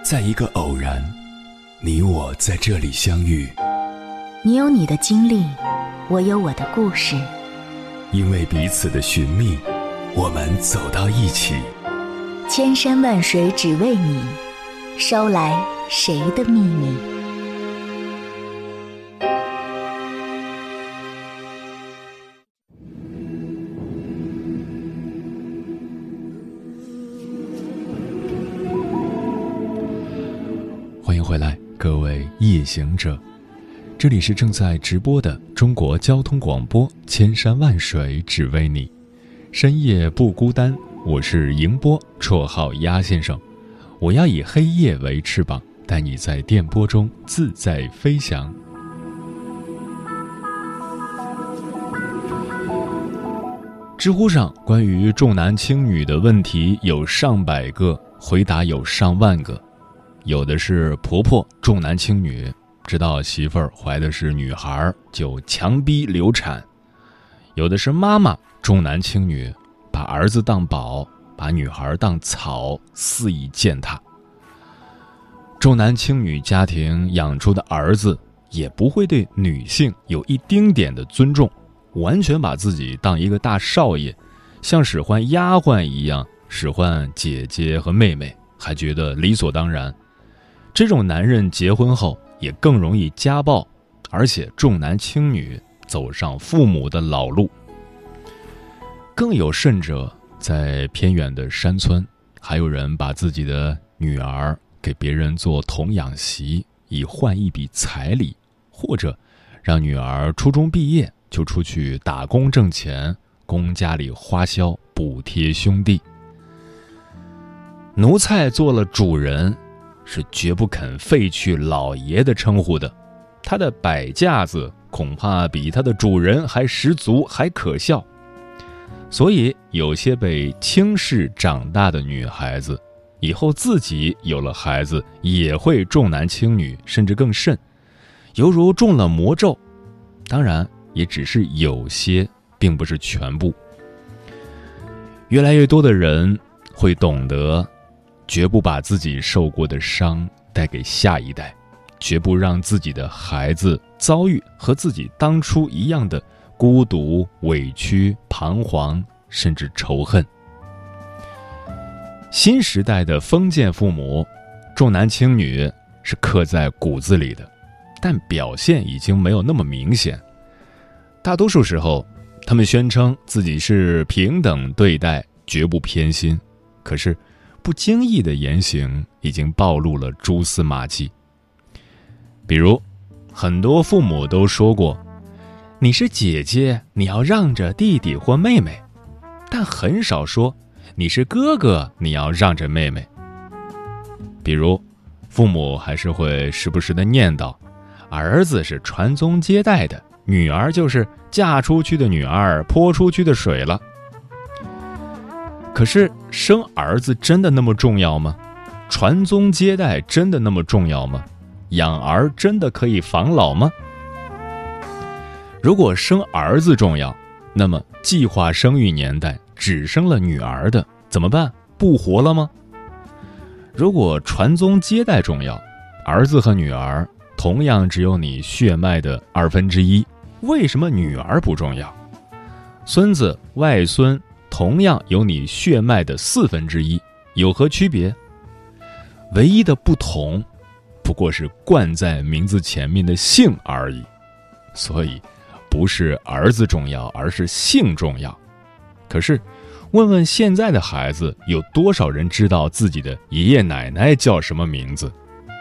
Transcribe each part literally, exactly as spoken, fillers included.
在一个偶然，你我在这里相遇。 你有你的经历，我有我的故事。 因为彼此的寻觅，我们走到一起。 千山万水只为你，捎来谁的秘密？ 欢迎回来，各位夜行者，这里是正在直播的中国交通广播，千山万水只为你，深夜不孤单。我是迎波，绰号鸭先生。我要以黑夜为翅膀，带你在电波中自在飞翔。知乎上关于重男轻女的问题有上百个，回答有上万个。有的是婆婆重男轻女，知道媳妇儿怀的是女孩就强逼流产；有的是妈妈重男轻女，把儿子当宝，把女孩当草，肆意践踏。重男轻女家庭养出的儿子也不会对女性有一丁点的尊重，完全把自己当一个大少爷，像使唤丫鬟一样使唤姐姐和妹妹，还觉得理所当然。这种男人结婚后也更容易家暴，而且重男轻女，走上父母的老路。更有甚者，在偏远的山村，还有人把自己的女儿给别人做童养媳，以换一笔彩礼，或者让女儿初中毕业就出去打工挣钱，供家里花销，补贴兄弟。奴才做了主人，是绝不肯废去老爷的称呼的，他的摆架子恐怕比他的主人还十足，还可笑。所以有些被轻视长大的女孩子，以后自己有了孩子也会重男轻女，甚至更甚，犹如中了魔咒。当然也只是有些，并不是全部。越来越多的人会懂得，绝不把自己受过的伤带给下一代，绝不让自己的孩子遭遇和自己当初一样的孤独、委屈、彷徨，甚至仇恨。新时代的封建父母，重男轻女是刻在骨子里的，但表现已经没有那么明显。大多数时候，他们宣称自己是平等对待，绝不偏心，可是不经意的言行已经暴露了蛛丝马迹。比如，很多父母都说过，你是姐姐，你要让着弟弟或妹妹，但很少说你是哥哥，你要让着妹妹。比如，父母还是会时不时的念叨，儿子是传宗接代的，女儿就是嫁出去的女儿，泼出去的水了。可是生儿子真的那么重要吗？传宗接代真的那么重要吗？养儿真的可以防老吗？如果生儿子重要，那么计划生育年代只生了女儿的怎么办？不活了吗？如果传宗接代重要，儿子和女儿同样只有你血脉的二分之一，为什么女儿不重要？孙子、外孙同样有你血脉的四分之一，有何区别？唯一的不同，不过是冠在名字前面的姓而已。所以，不是儿子重要，而是姓重要。可是，问问现在的孩子，有多少人知道自己的爷爷奶奶叫什么名字？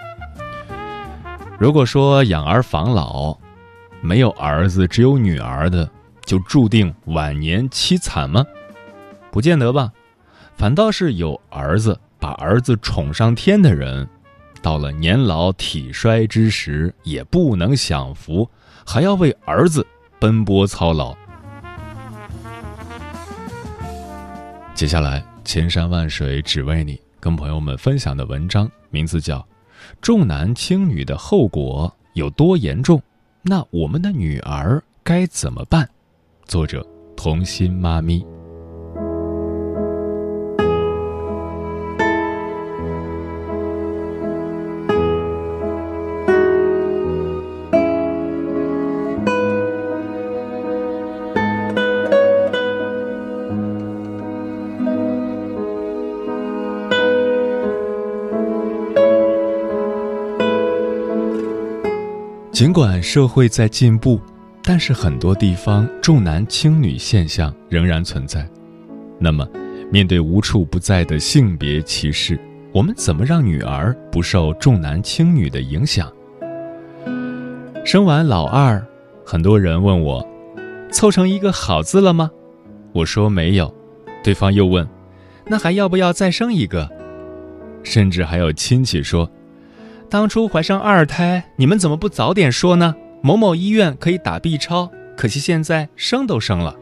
如果说养儿防老，没有儿子只有女儿的，就注定晚年凄惨吗？不见得吧，反倒是有儿子把儿子宠上天的人，到了年老体衰之时，也不能享福，还要为儿子奔波操劳。接下来，千山万水只为你，跟朋友们分享的文章名字叫《重男轻女的后果有多严重？那我们的女儿该怎么办？》作者童心妈咪。 尽管社会在进步，但是很多地方重男轻女现象仍然存在。那么，面对无处不在的性别歧视，我们怎么让女儿不受重男轻女的影响？生完老二，很多人问我，凑成一个好字了吗？我说没有。对方又问，那还要不要再生一个？甚至还有亲戚说，当初怀上二胎，你们怎么不早点说呢？某某医院可以打 B 超，可惜现在生都生了。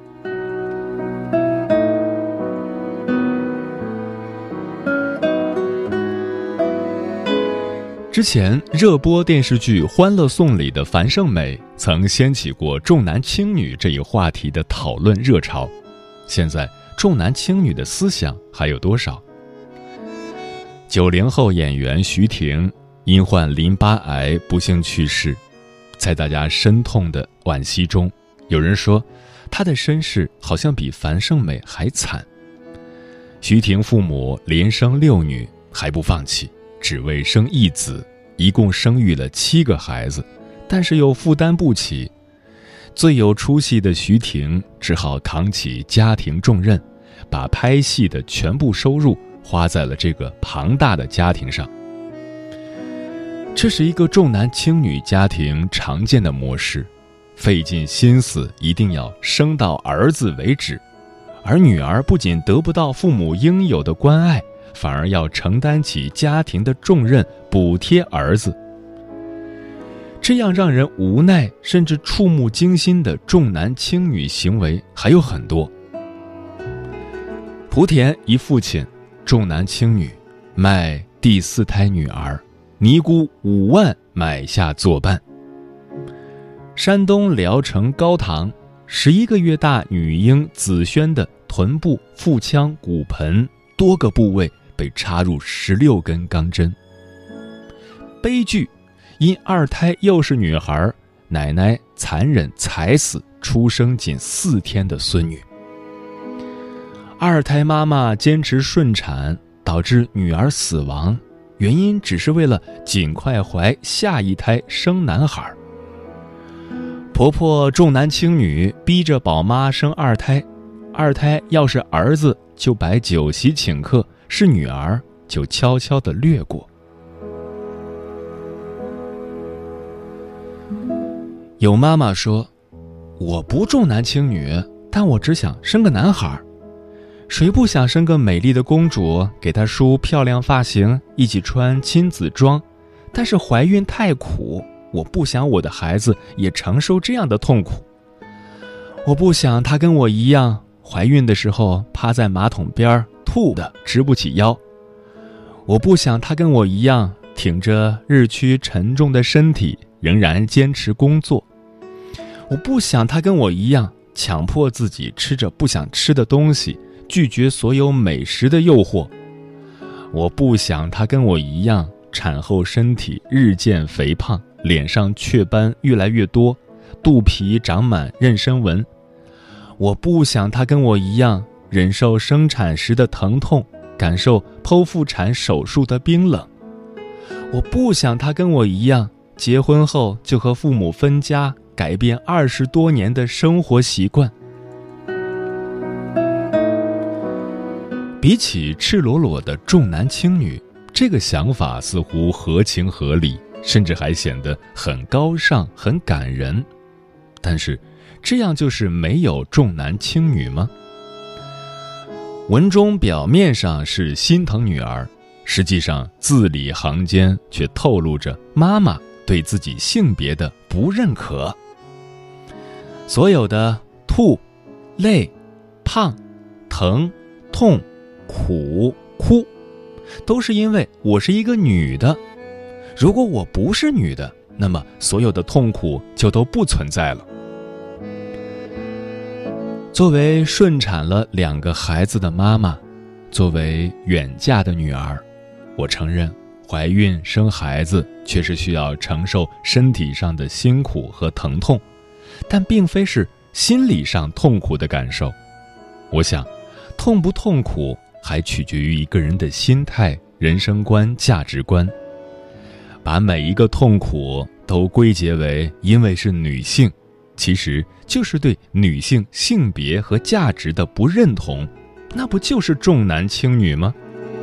之前热播电视剧《欢乐颂》里的樊胜美曾掀起过重男轻女这一话题的讨论热潮。现在重男轻女的思想还有多少？九零后演员徐婷因患淋巴癌不幸去世，在大家深痛的惋惜中，有人说她的身世好像比樊胜美还惨。徐婷父母连生六女，还不放弃，只为生一子，一共生育了七个孩子，但是又负担不起。最有出息的徐婷只好扛起家庭重任，把拍戏的全部收入花在了这个庞大的家庭上。这是一个重男轻女家庭常见的模式，费尽心思一定要生到儿子为止，而女儿不仅得不到父母应有的关爱，反而要承担起家庭的重任，补贴儿子。这样让人无奈甚至触目惊心的重男轻女行为还有很多。莆田一父亲重男轻女，卖第四胎女儿，尼姑五万买下作伴。山东聊城高堂，十一个月大女婴子轩的臀部、腹腔、骨盆多个部位被插入十六根钢针。悲剧，因二胎又是女孩，奶奶残忍踩死出生仅四天的孙女。二胎妈妈坚持顺产，导致女儿死亡，原因只是为了尽快怀下一胎生男孩。婆婆重男轻女，逼着宝妈生二胎，二胎要是儿子就摆酒席请客，是女儿就悄悄地略过。有妈妈说，我不重男轻女，但我只想生个男孩。谁不想生个美丽的公主，给她梳漂亮发型，一起穿亲子装？但是怀孕太苦，我不想我的孩子也承受这样的痛苦。我不想她跟我一样，怀孕的时候趴在马桶边吐得直不起腰。我不想她跟我一样，挺着日趋沉重的身体，仍然坚持工作。我不想她跟我一样，强迫自己吃着不想吃的东西，拒绝所有美食的诱惑。我不想她跟我一样，产后身体日渐肥胖，脸上雀斑越来越多，肚皮长满妊娠纹。我不想她跟我一样，忍受生产时的疼痛，感受剖腹产手术的冰冷。我不想她跟我一样，结婚后就和父母分家，改变二十多年的生活习惯。比起赤裸裸的重男轻女，这个想法似乎合情合理，甚至还显得很高尚、很感人。但是，这样就是没有重男轻女吗？文中表面上是心疼女儿，实际上字里行间却透露着妈妈对自己性别的不认可。所有的吐、累、胖、疼、痛、苦、哭，都是因为我是一个女的。如果我不是女的，那么所有的痛苦就都不存在了。作为顺产了两个孩子的妈妈，作为远嫁的女儿，我承认怀孕生孩子确实需要承受身体上的辛苦和疼痛，但并非是心理上痛苦的感受。我想，痛不痛苦还取决于一个人的心态、人生观、价值观。把每一个痛苦都归结为因为是女性，其实就是对女性性别和价值的不认同，那不就是重男轻女吗？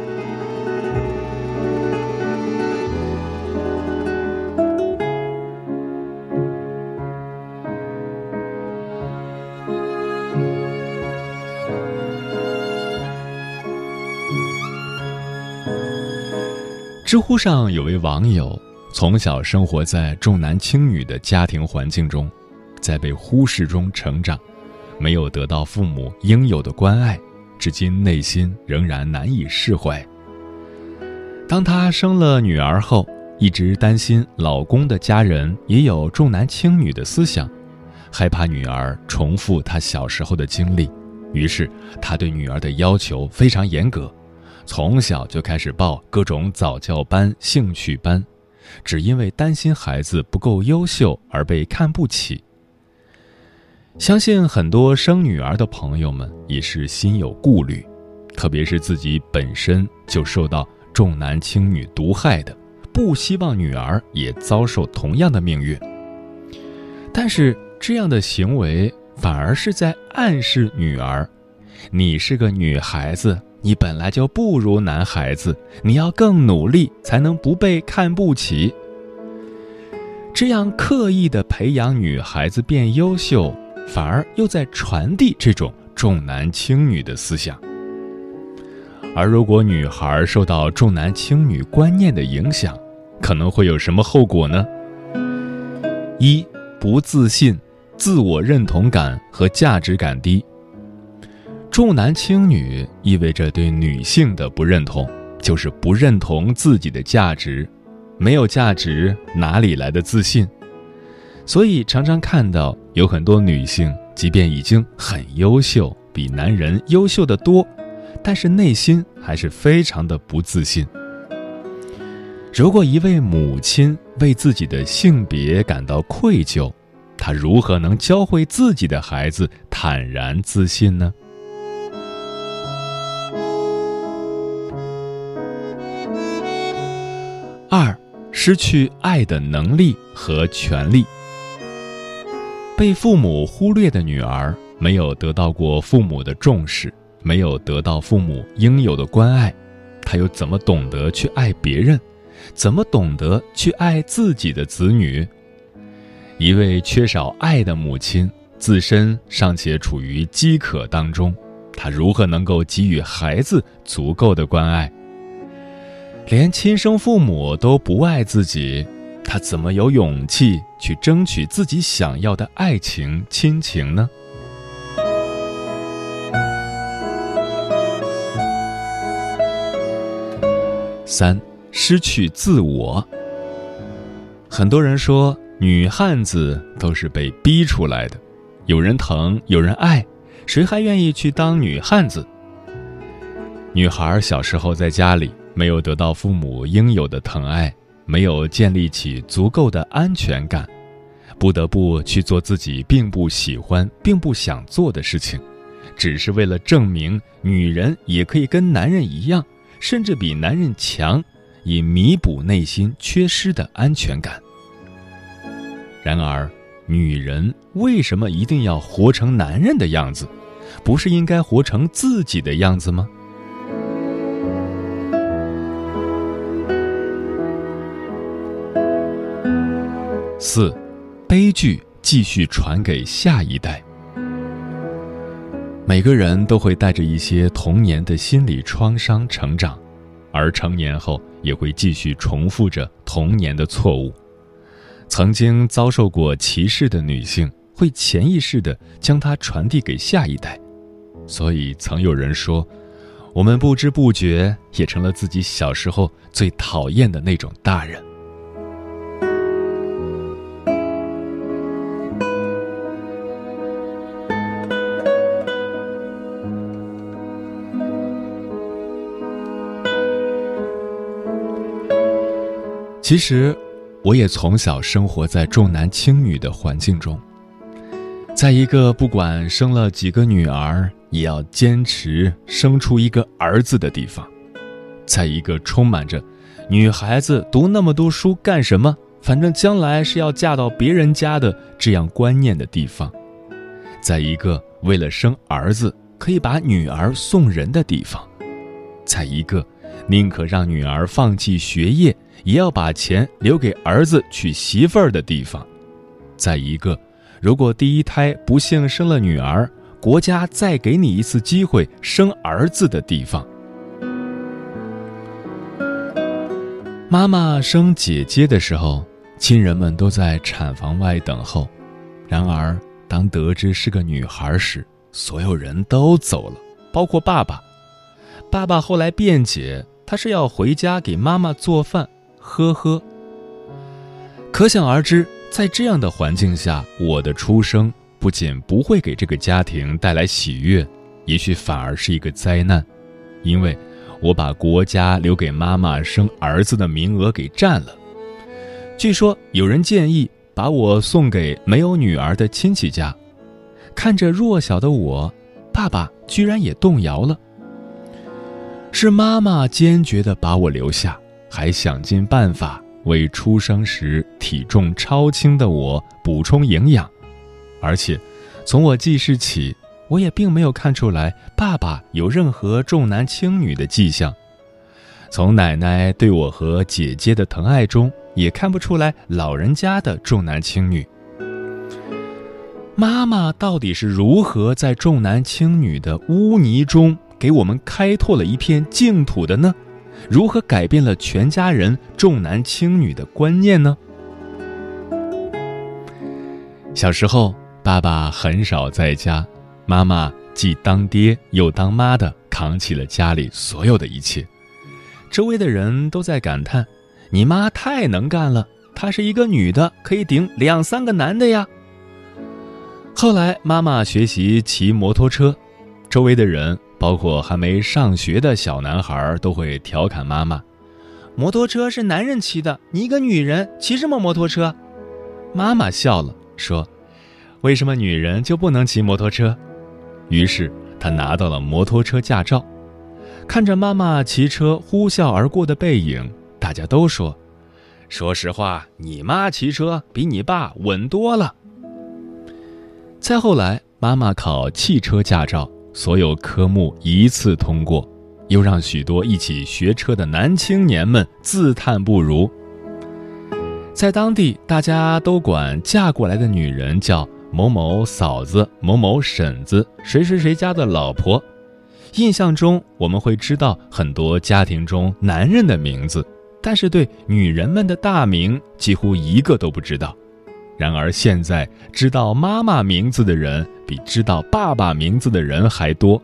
知乎上有位网友，从小生活在重男轻女的家庭环境中，在被忽视中成长，没有得到父母应有的关爱，至今内心仍然难以释怀。当她生了女儿后，一直担心老公的家人也有重男轻女的思想，害怕女儿重复她小时候的经历，于是她对女儿的要求非常严格，从小就开始报各种早教班、兴趣班，只因为担心孩子不够优秀而被看不起。相信很多生女儿的朋友们也是心有顾虑，特别是自己本身就受到重男轻女毒害的，不希望女儿也遭受同样的命运。但是这样的行为反而是在暗示女儿，你是个女孩子，你本来就不如男孩子，你要更努力才能不被看不起。这样刻意地培养女孩子变优秀，反而又在传递这种重男轻女的思想。而如果女孩受到重男轻女观念的影响，可能会有什么后果呢？一、不自信，自我认同感和价值感低。重男轻女意味着对女性的不认同，就是不认同自己的价值，没有价值哪里来的自信？所以常常看到有很多女性，即便已经很优秀，比男人优秀得多，但是内心还是非常的不自信。如果一位母亲为自己的性别感到愧疚，她如何能教会自己的孩子坦然自信呢？二、失去爱的能力和权利。被父母忽略的女儿，没有得到过父母的重视，没有得到父母应有的关爱，她又怎么懂得去爱别人？怎么懂得去爱自己的子女？一位缺少爱的母亲，自身尚且处于饥渴当中，她如何能够给予孩子足够的关爱？连亲生父母都不爱自己，他怎么有勇气去争取自己想要的爱情、亲情呢？三、失去自我。很多人说，女汉子都是被逼出来的，有人疼，有人爱，谁还愿意去当女汉子？女孩小时候在家里没有得到父母应有的疼爱，没有建立起足够的安全感，不得不去做自己并不喜欢并不想做的事情，只是为了证明女人也可以跟男人一样，甚至比男人强，以弥补内心缺失的安全感。然而，女人为什么一定要活成男人的样子？不是应该活成自己的样子吗？四、悲剧继续传给下一代。每个人都会带着一些童年的心理创伤成长，而成年后也会继续重复着童年的错误。曾经遭受过歧视的女性，会潜意识地将它传递给下一代。所以曾有人说，我们不知不觉也成了自己小时候最讨厌的那种大人。其实，我也从小生活在重男轻女的环境中，在一个不管生了几个女儿，也要坚持生出一个儿子的地方，在一个充满着女孩子读那么多书干什么， 反正将来是要嫁到别人家的这样观念的地方，在一个为了生儿子可以把女儿送人的地方，在一个宁可让女儿放弃学业也要把钱留给儿子娶媳妇儿的地方，在一个如果第一胎不幸生了女儿，国家再给你一次机会生儿子的地方。妈妈生姐姐的时候，亲人们都在产房外等候，然而当得知是个女孩时，所有人都走了，包括爸爸。爸爸后来辩解，他是要回家给妈妈做饭，呵呵。可想而知，在这样的环境下，我的出生不仅不会给这个家庭带来喜悦，也许反而是一个灾难，因为我把国家留给妈妈生儿子的名额给占了。据说有人建议把我送给没有女儿的亲戚家，看着弱小的我，爸爸居然也动摇了。是妈妈坚决地把我留下，还想尽办法为出生时体重超轻的我补充营养，而且从我记事起，我也并没有看出来爸爸有任何重男轻女的迹象。从奶奶对我和姐姐的疼爱中，也看不出来老人家的重男轻女。妈妈到底是如何在重男轻女的污泥中给我们开拓了一片净土的呢？如何改变了全家人重男轻女的观念呢？小时候，爸爸很少在家，妈妈既当爹又当妈的扛起了家里所有的一切。周围的人都在感叹，你妈太能干了，她是一个女的，可以顶两三个男的呀。后来妈妈学习骑摩托车，周围的人包括还没上学的小男孩都会调侃妈妈，摩托车是男人骑的，你一个女人骑什么摩托车？妈妈笑了，说，为什么女人就不能骑摩托车？于是她拿到了摩托车驾照。看着妈妈骑车呼啸而过的背影，大家都说，说实话，你妈骑车比你爸稳多了。再后来，妈妈考汽车驾照，所有科目一次通过，又让许多一起学车的男青年们自叹不如。在当地，大家都管嫁过来的女人叫某某嫂子、某某婶子、谁谁谁家的老婆。印象中，我们会知道很多家庭中男人的名字，但是对女人们的大名几乎一个都不知道。然而现在知道妈妈名字的人比知道爸爸名字的人还多。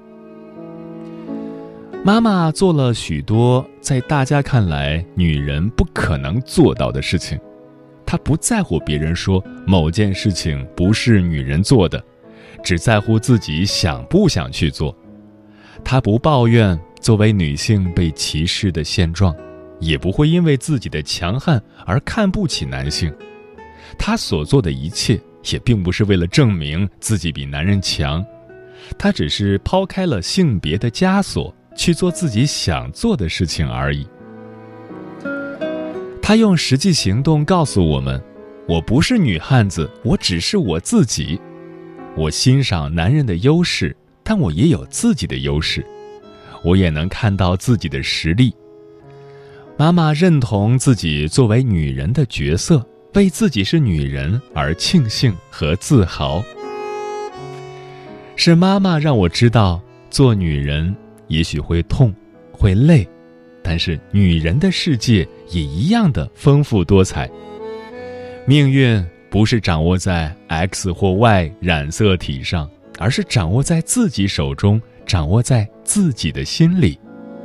妈妈做了许多在大家看来女人不可能做到的事情，她不在乎别人说某件事情不是女人做的，只在乎自己想不想去做。她不抱怨作为女性被歧视的现状，也不会因为自己的强悍而看不起男性。她所做的一切也并不是为了证明自己比男人强，她只是抛开了性别的枷锁，去做自己想做的事情而已。她用实际行动告诉我们，我不是女汉子，我只是我自己。我欣赏男人的优势，但我也有自己的优势，我也能看到自己的实力。妈妈认同自己作为女人的角色，为自己是女人而庆幸和自豪。是妈妈让我知道，做女人也许会痛，会累，但是女人的世界也一样的丰富多彩。命运不是掌握在 X 或 Y 染色体上，而是掌握在自己手中，掌握在自己的心里。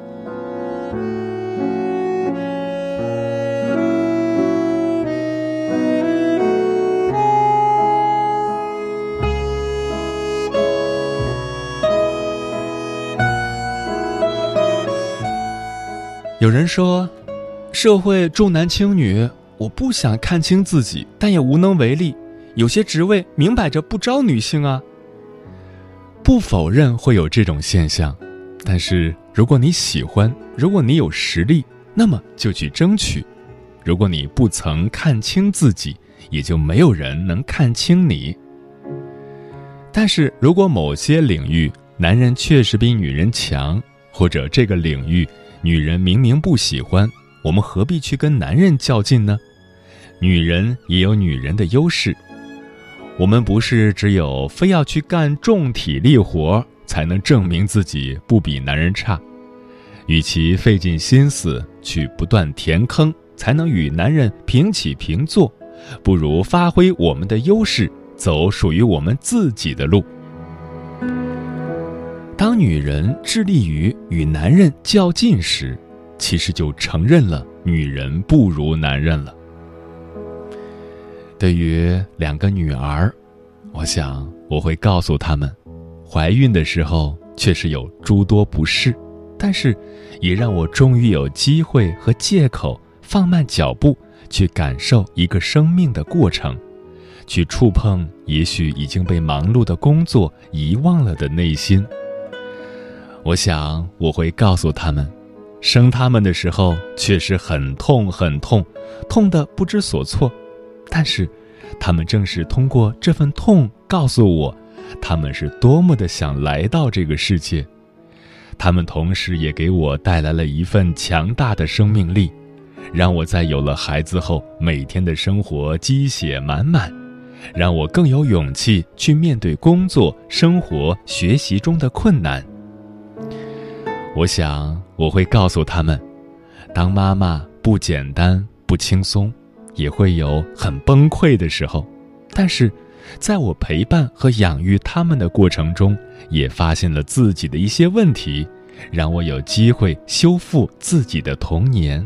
有人说，社会重男轻女，我不想看清自己，但也无能为力。有些职位明摆着不招女性啊。不否认会有这种现象，但是如果你喜欢，如果你有实力，那么就去争取。 如果你不曾看清自己，也就没有人能看清你。但是如果某些领域男人确实比女人强，或者这个领域女人明明不喜欢，我们何必去跟男人较劲呢？女人也有女人的优势，我们不是只有非要去干重体力活才能证明自己不比男人差。与其费尽心思去不断填坑才能与男人平起平坐，不如发挥我们的优势，走属于我们自己的路。当女人致力于与男人较劲时，其实就承认了女人不如男人了。对于两个女儿，我想我会告诉她们，怀孕的时候确实有诸多不适，但是也让我终于有机会和借口放慢脚步，去感受一个生命的过程，去触碰也许已经被忙碌的工作遗忘了的内心。我想我会告诉他们，生他们的时候确实很痛很痛，痛得不知所措，但是他们正是通过这份痛告诉我，他们是多么的想来到这个世界。他们同时也给我带来了一份强大的生命力，让我在有了孩子后每天的生活鸡血满满，让我更有勇气去面对工作、生活、学习中的困难。我想我会告诉他们，当妈妈不简单不轻松，也会有很崩溃的时候，但是在我陪伴和养育他们的过程中，也发现了自己的一些问题，让我有机会修复自己的童年。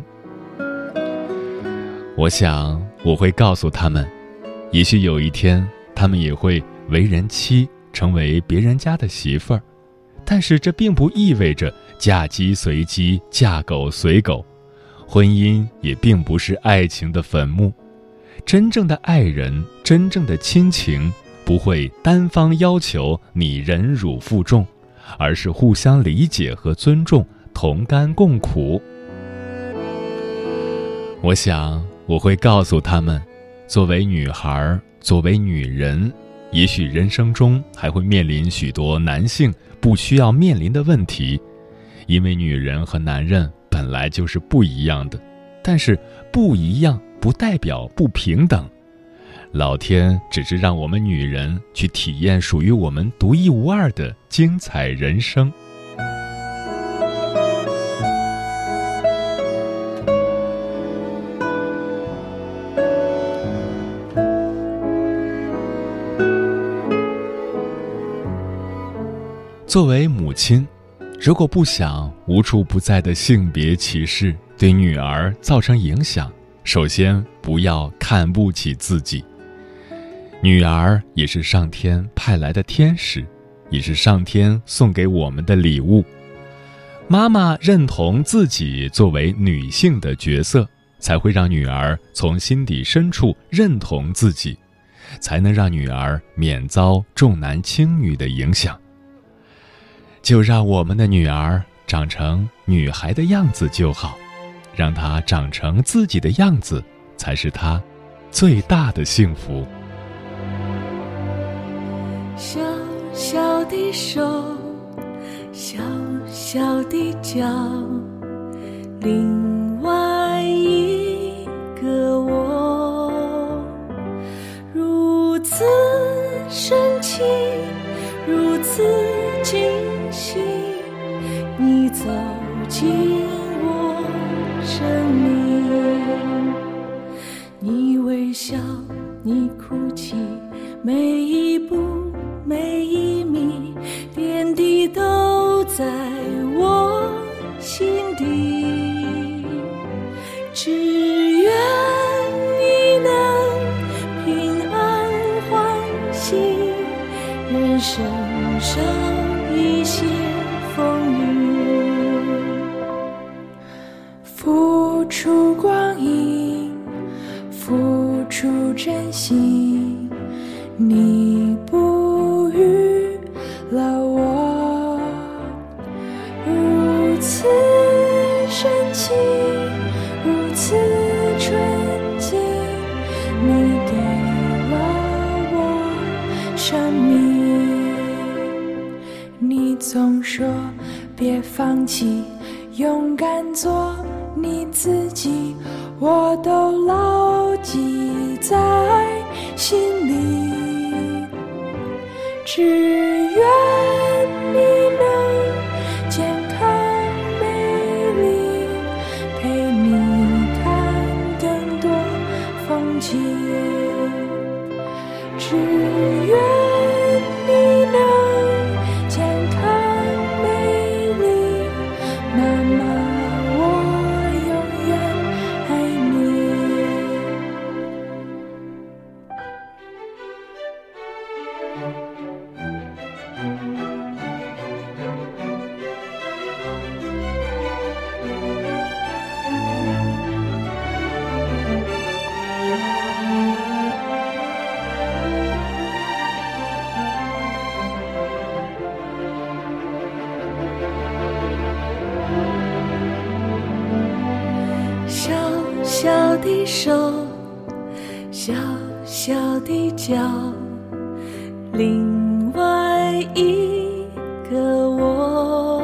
我想我会告诉他们，也许有一天他们也会为人妻，成为别人家的媳妇儿，但是这并不意味着嫁鸡随鸡，嫁狗随狗。婚姻也并不是爱情的坟墓，真正的爱人，真正的亲情，不会单方要求你忍辱负重，而是互相理解和尊重，同甘共苦。我想我会告诉他们，作为女孩，作为女人，也许人生中还会面临许多男性不需要面临的问题，因为女人和男人本来就是不一样的，但是不一样不代表不平等。老天只是让我们女人去体验属于我们独一无二的精彩人生。作为母亲，如果不想无处不在的性别歧视对女儿造成影响，首先不要看不起自己。女儿也是上天派来的天使，也是上天送给我们的礼物。妈妈认同自己作为女性的角色，才会让女儿从心底深处认同自己，才能让女儿免遭重男轻女的影响。就让我们的女儿长成女孩的样子就好，让她长成自己的样子，才是她最大的幸福。 小小的手，小小的脚，另外一个我，如此深情，如此惊喜，你走进我生命，你微笑，你哭泣，每一步每一米，点滴都在我心底，只愿你能平安欢喜，人生少一些风雨，付出光阴，付出真心，你不语了我，如此深情，如此纯生命。你总说别放弃，勇敢做你自己，我都牢记在心里。只愿你能健康美丽，陪你看更多风景。只愿你能健康美丽，妈妈，我永远爱你。小小的手，小小的脚，另外一个我，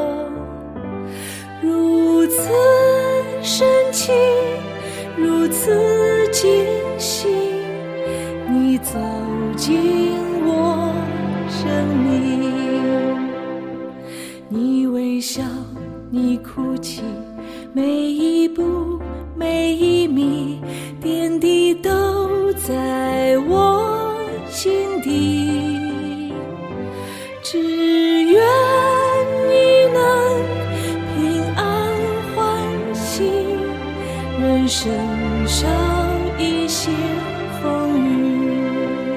如此深情，如此惊喜，你走进我生命。你微笑，你哭泣，每一步每一米，点滴都在我心底。只愿你能平安欢喜，人生少一些风雨。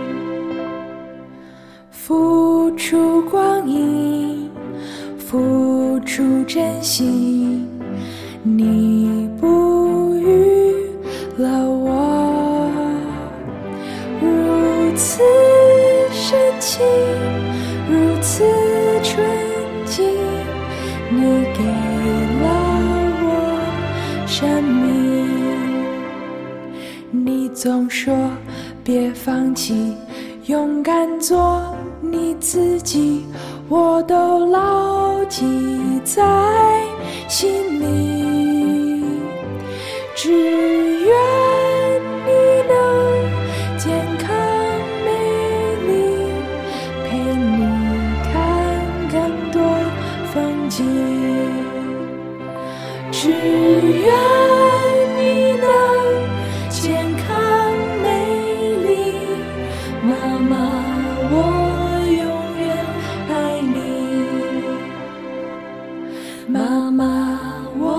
付出光阴，付出真心，你不语了我，如此深情，如此纯净，你给了我生命。你总说别放弃，勇敢做你自己，我都牢记在心里。只愿你能健康美丽，陪你看更多风景。只愿你能健康美丽，妈妈，我永远爱你。妈妈，我